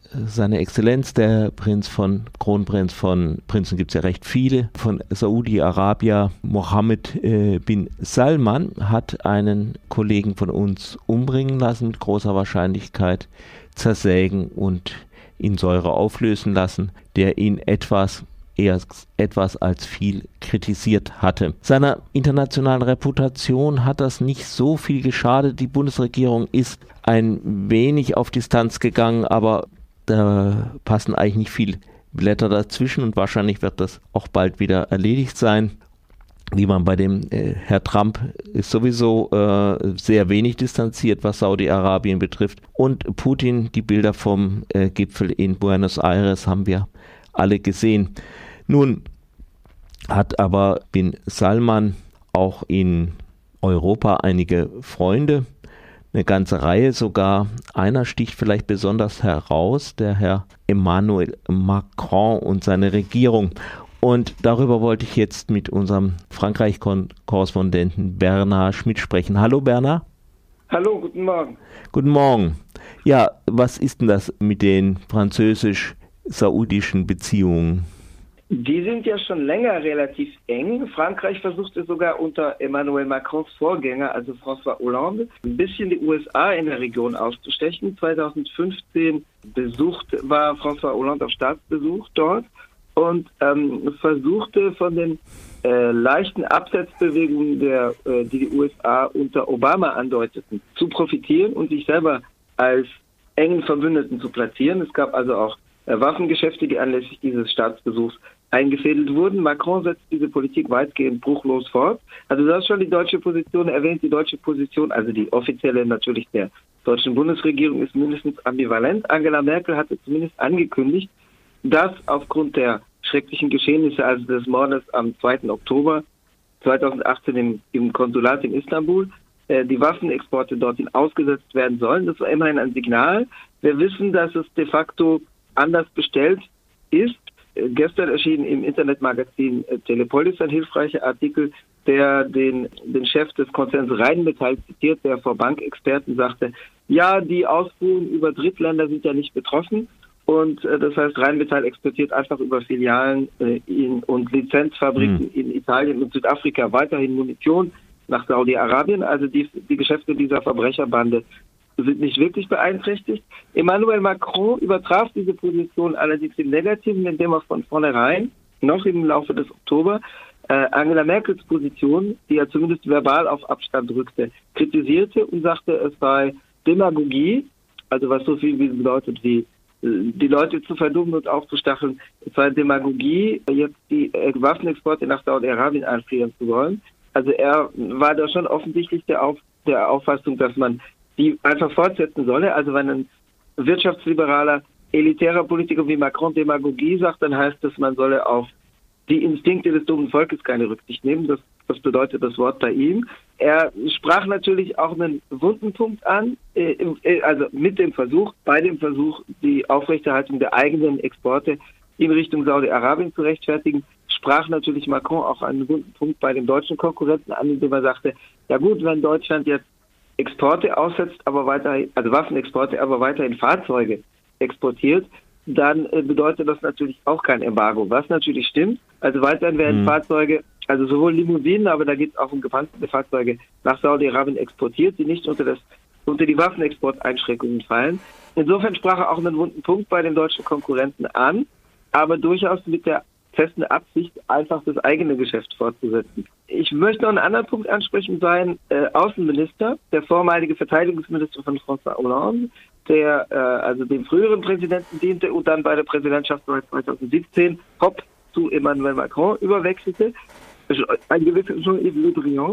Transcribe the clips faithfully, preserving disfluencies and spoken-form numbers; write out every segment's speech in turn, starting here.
seine Exzellenz, der Prinz von, Kronprinz von, Prinzen gibt es ja recht viele, von Saudi-Arabien, Mohammed äh, bin Salman, hat einen Kollegen von uns umbringen lassen, mit großer Wahrscheinlichkeit zersägen und in Säure auflösen lassen, der ihn etwas eher etwas als viel kritisiert hatte. Seiner internationalen Reputation hat das nicht so viel geschadet. Die Bundesregierung ist ein wenig auf Distanz gegangen, aber da passen eigentlich nicht viele Blätter dazwischen und wahrscheinlich wird das auch bald wieder erledigt sein. Wie man bei dem äh, Herr Trump ist sowieso äh, sehr wenig distanziert, was Saudi-Arabien betrifft. Und Putin, die Bilder vom äh, Gipfel in Buenos Aires haben wir alle gesehen. Nun hat aber bin Salman auch in Europa einige Freunde, eine ganze Reihe sogar. Einer sticht vielleicht besonders heraus, der Herr Emmanuel Macron und seine Regierung. Und darüber wollte ich jetzt mit unserem Frankreich-Korrespondenten Bernhard Schmidt sprechen. Hallo Bernhard. Hallo, guten Morgen. Guten Morgen. Ja, was ist denn das mit den französisch-saudischen Beziehungen? Die sind ja schon länger relativ eng. Frankreich versuchte sogar unter Emmanuel Macrons Vorgänger, also François Hollande, ein bisschen die U S A in der Region auszustechen. zweitausendfünfzehn besucht, war François Hollande auf Staatsbesuch dort und ähm, versuchte von den äh, leichten Absetzbewegungen, der, äh, die die U S A unter Obama andeuteten, zu profitieren und sich selber als engen Verbündeten zu platzieren. Es gab also auch äh, Waffengeschäfte, die anlässlich dieses Staatsbesuchs eingefädelt wurden. Macron setzt diese Politik weitgehend bruchlos fort. Also das ist schon die deutsche Position erwähnt. Die deutsche Position, also die offizielle natürlich der deutschen Bundesregierung, ist mindestens ambivalent. Angela Merkel hatte zumindest angekündigt, dass aufgrund der schrecklichen Geschehnisse, also des Mordes am zweiten Oktober zweitausendachtzehn im, im Konsulat in Istanbul, äh, die Waffenexporte dorthin ausgesetzt werden sollen. Das war immerhin ein Signal. Wir wissen, dass es de facto anders bestellt ist. Gestern erschien im Internetmagazin Telepolis ein hilfreicher Artikel, der den, den Chef des Konzerns Rheinmetall zitiert, der vor Bankexperten sagte, ja, die Ausfuhren über Drittländer sind ja nicht betroffen und äh, das heißt, Rheinmetall exportiert einfach über Filialen äh, in, und Lizenzfabriken mhm. in Italien und Südafrika weiterhin Munition nach Saudi-Arabien. Also die, die Geschäfte dieser Verbrecherbande sind nicht wirklich beeinträchtigt. Emmanuel Macron übertraf diese Position allerdings im Negativen, indem er von vornherein, noch im Laufe des Oktober, äh, Angela Merkels Position, die er zumindest verbal auf Abstand rückte, kritisierte und sagte, es sei Demagogie, also was so viel wie bedeutet wie die Leute zu verdummen und aufzustacheln, es sei Demagogie, jetzt die äh, Waffenexporte nach Saudi-Arabien einfrieren zu wollen. Also er war da schon offensichtlich der, auf, der Auffassung, dass man die einfach fortsetzen solle. Also wenn ein wirtschaftsliberaler, elitärer Politiker wie Macron Demagogie sagt, dann heißt das, man solle auf die Instinkte des dummen Volkes keine Rücksicht nehmen. Das, das bedeutet das Wort bei ihm. Er sprach natürlich auch einen wunden Punkt an, äh, äh, also mit dem Versuch, bei dem Versuch, die Aufrechterhaltung der eigenen Exporte in Richtung Saudi-Arabien zu rechtfertigen, sprach natürlich Macron auch einen wunden Punkt bei dem deutschen Konkurrenten an, indem er sagte, ja gut, wenn Deutschland jetzt Exporte aussetzt, aber weiterhin, also Waffenexporte, aber weiterhin Fahrzeuge exportiert, dann äh, bedeutet das natürlich auch kein Embargo, was natürlich stimmt. Also weiterhin werden mhm. Fahrzeuge, also sowohl Limousinen, aber da geht es auch um gepanzerte Fahrzeuge nach Saudi-Arabien exportiert, die nicht unter das unter die Waffenexporteinschränkungen fallen. Insofern sprach er auch einen wunden Punkt bei den deutschen Konkurrenten an, aber durchaus mit der festen Absicht, einfach das eigene Geschäft fortzusetzen. Ich möchte noch einen anderen Punkt ansprechen, sein äh, Außenminister, der vormalige Verteidigungsminister von François Hollande, der äh, also dem früheren Präsidenten diente und dann bei der Präsidentschaft zweitausendsiebzehn hopp zu Emmanuel Macron überwechselte, ein gewisser Jean-Yves Le Drian,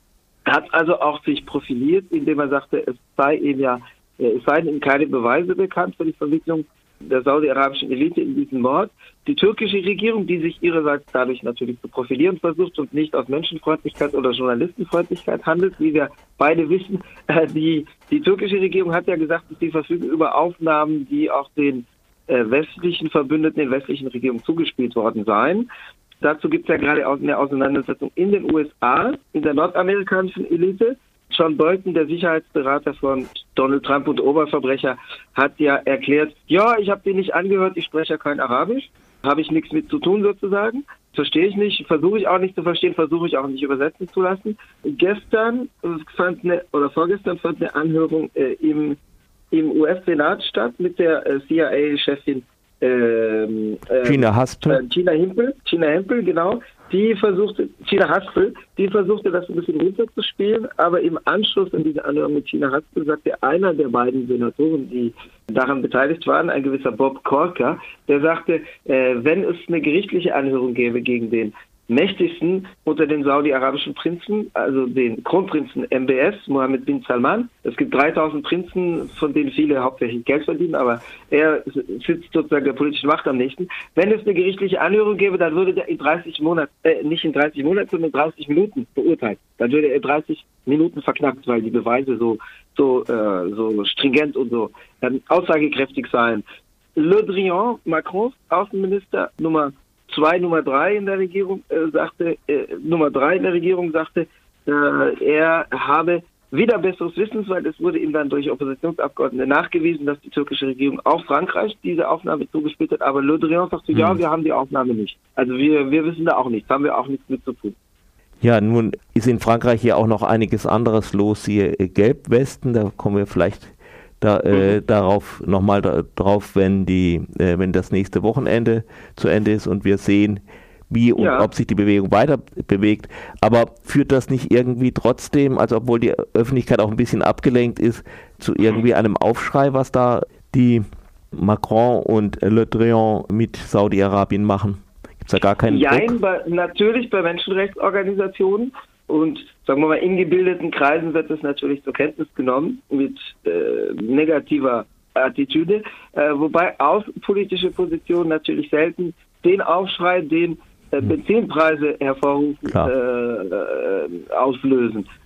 hat also auch sich profiliert, indem er sagte, es sei ihm ja, es seien ihm keine Beweise bekannt für die Verwicklung der saudi-arabischen Elite in diesen Mord. Die türkische Regierung, die sich ihrerseits dadurch natürlich zu profilieren versucht und nicht aus Menschenfreundlichkeit oder Journalistenfreundlichkeit handelt, wie wir beide wissen, äh, die, die türkische Regierung hat ja gesagt, dass sie verfügen über Aufnahmen, die auch den äh, westlichen Verbündeten, den westlichen Regierungen zugespielt worden seien. Dazu gibt es ja gerade eine Auseinandersetzung in den U S A, in der nordamerikanischen Elite, John Bolton, der Sicherheitsberater von Donald Trump und Oberverbrecher, hat ja erklärt, ja, ich habe den nicht angehört, ich spreche ja kein Arabisch, habe ich nichts mit zu tun sozusagen. Verstehe ich nicht, versuche ich auch nicht zu verstehen, versuche ich auch nicht übersetzen zu lassen. Gestern fand eine, oder vorgestern fand eine Anhörung äh, im, im U S-Senat statt mit der äh, C I A-Chefin ähm, äh, Gina Haspel. Äh, Gina Haspel, Gina Haspel, genau. Die versuchte, Gina Haspel, die versuchte das ein bisschen runterzuspielen, aber im Anschluss an diese Anhörung mit Gina Haspel sagte einer der beiden Senatoren, die daran beteiligt waren, ein gewisser Bob Corker, der sagte, äh, wenn es eine gerichtliche Anhörung gäbe gegen den mächtigsten unter den saudi-arabischen Prinzen, also den Kronprinzen M B S, Mohammed bin Salman. Es gibt dreitausend Prinzen, von denen viele hauptsächlich Geld verdienen, aber er sitzt sozusagen der politischen Macht am nächsten. Wenn es eine gerichtliche Anhörung gäbe, dann würde der in dreißig Monaten, äh, nicht in dreißig Monaten, sondern in dreißig Minuten beurteilt. Dann würde er dreißig Minuten verknackt, weil die Beweise so, so, äh, so stringent und so ähm, aussagekräftig seien. Le Drian, Macrons Außenminister Nummer zwei, Nummer drei in der Regierung äh, sagte, äh, Nummer drei in der Regierung sagte, äh, er habe wieder besseres Wissens, weil es wurde ihm dann durch Oppositionsabgeordnete nachgewiesen, dass die türkische Regierung auch Frankreich diese Aufnahme zugespielt hat. Aber Le Drian sagte, mhm. ja, wir haben die Aufnahme nicht. Also wir, wir wissen da auch nichts, haben wir auch nichts mit zu tun. Ja, nun ist in Frankreich hier auch noch einiges anderes los, hier äh, Gelbwesten, da kommen wir vielleicht Da, äh, mhm. darauf nochmal da, drauf, wenn die, äh, wenn das nächste Wochenende zu Ende ist und wir sehen, wie und ja. ob sich die Bewegung weiter bewegt. Aber führt das nicht irgendwie trotzdem, also obwohl die Öffentlichkeit auch ein bisschen abgelenkt ist, zu irgendwie einem Aufschrei, was da die Macron und Le Drian mit Saudi-Arabien machen? Gibt es da gar keinen Jein, Druck? Bei, natürlich bei Menschenrechtsorganisationen. Und sagen wir mal, in gebildeten Kreisen wird es natürlich zur Kenntnis genommen mit äh, negativer Attitüde, äh, wobei außenpolitische Positionen natürlich selten den Aufschrei, den äh, Benzinpreise hervorrufen, äh, äh, auslösen.